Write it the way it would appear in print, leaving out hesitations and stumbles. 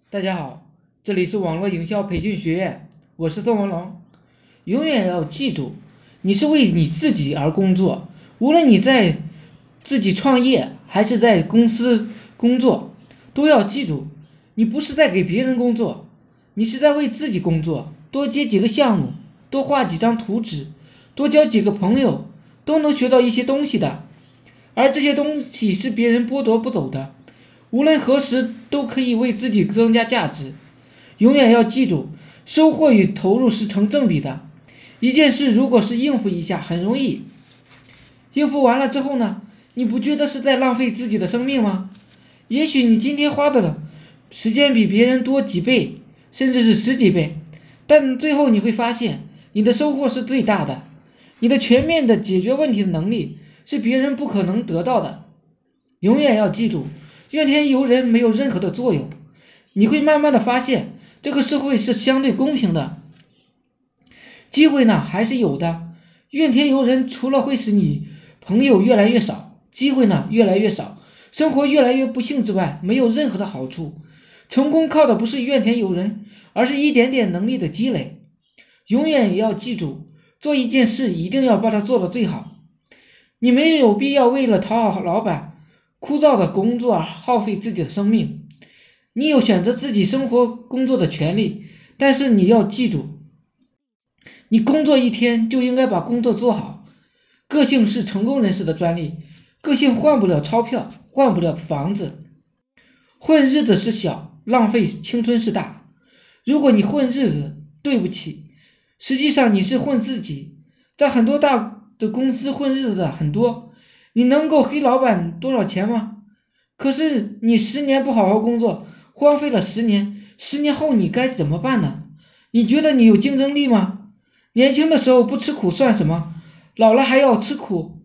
大家好，这里是网络营销培训学院，我是宋文龙。永远要记住，你是为你自己而工作，无论你在自己创业还是在公司工作，都要记住，你不是在给别人工作，你是在为自己工作。多接几个项目，多画几张图纸，多交几个朋友，都能学到一些东西的。而这些东西是别人剥夺不走的，无论何时都可以为自己增加价值。永远要记住，收获与投入是成正比的。一件事如果是应付一下很容易，应付完了之后呢，你不觉得是在浪费自己的生命吗？也许你今天花的时间比别人多几倍，甚至是十几倍，但最后你会发现，你的收获是最大的。你的全面的解决问题的能力是别人不可能得到的。永远要记住，怨天尤人没有任何的作用。你会慢慢的发现，这个社会是相对公平的，机会呢还是有的。怨天尤人除了会使你朋友越来越少，机会呢越来越少，生活越来越不幸之外，没有任何的好处。成功靠的不是怨天尤人，而是一点点能力的积累。永远也要记住，做一件事一定要把它做到最好。你没有必要为了讨好老板，枯燥的工作耗费自己的生命。你有选择自己生活工作的权利，但是你要记住，你工作一天就应该把工作做好。个性是成功人士的专利，个性换不了钞票，换不了房子，混日子是小，浪费青春是大。如果你混日子，对不起，实际上你是混自己。在很多大的公司混日子的很多，你能够给老板多少钱吗？可是你10年不好好工作，荒废了10年，10年后你该怎么办呢？你觉得你有竞争力吗？年轻的时候不吃苦算什么？老了还要吃苦，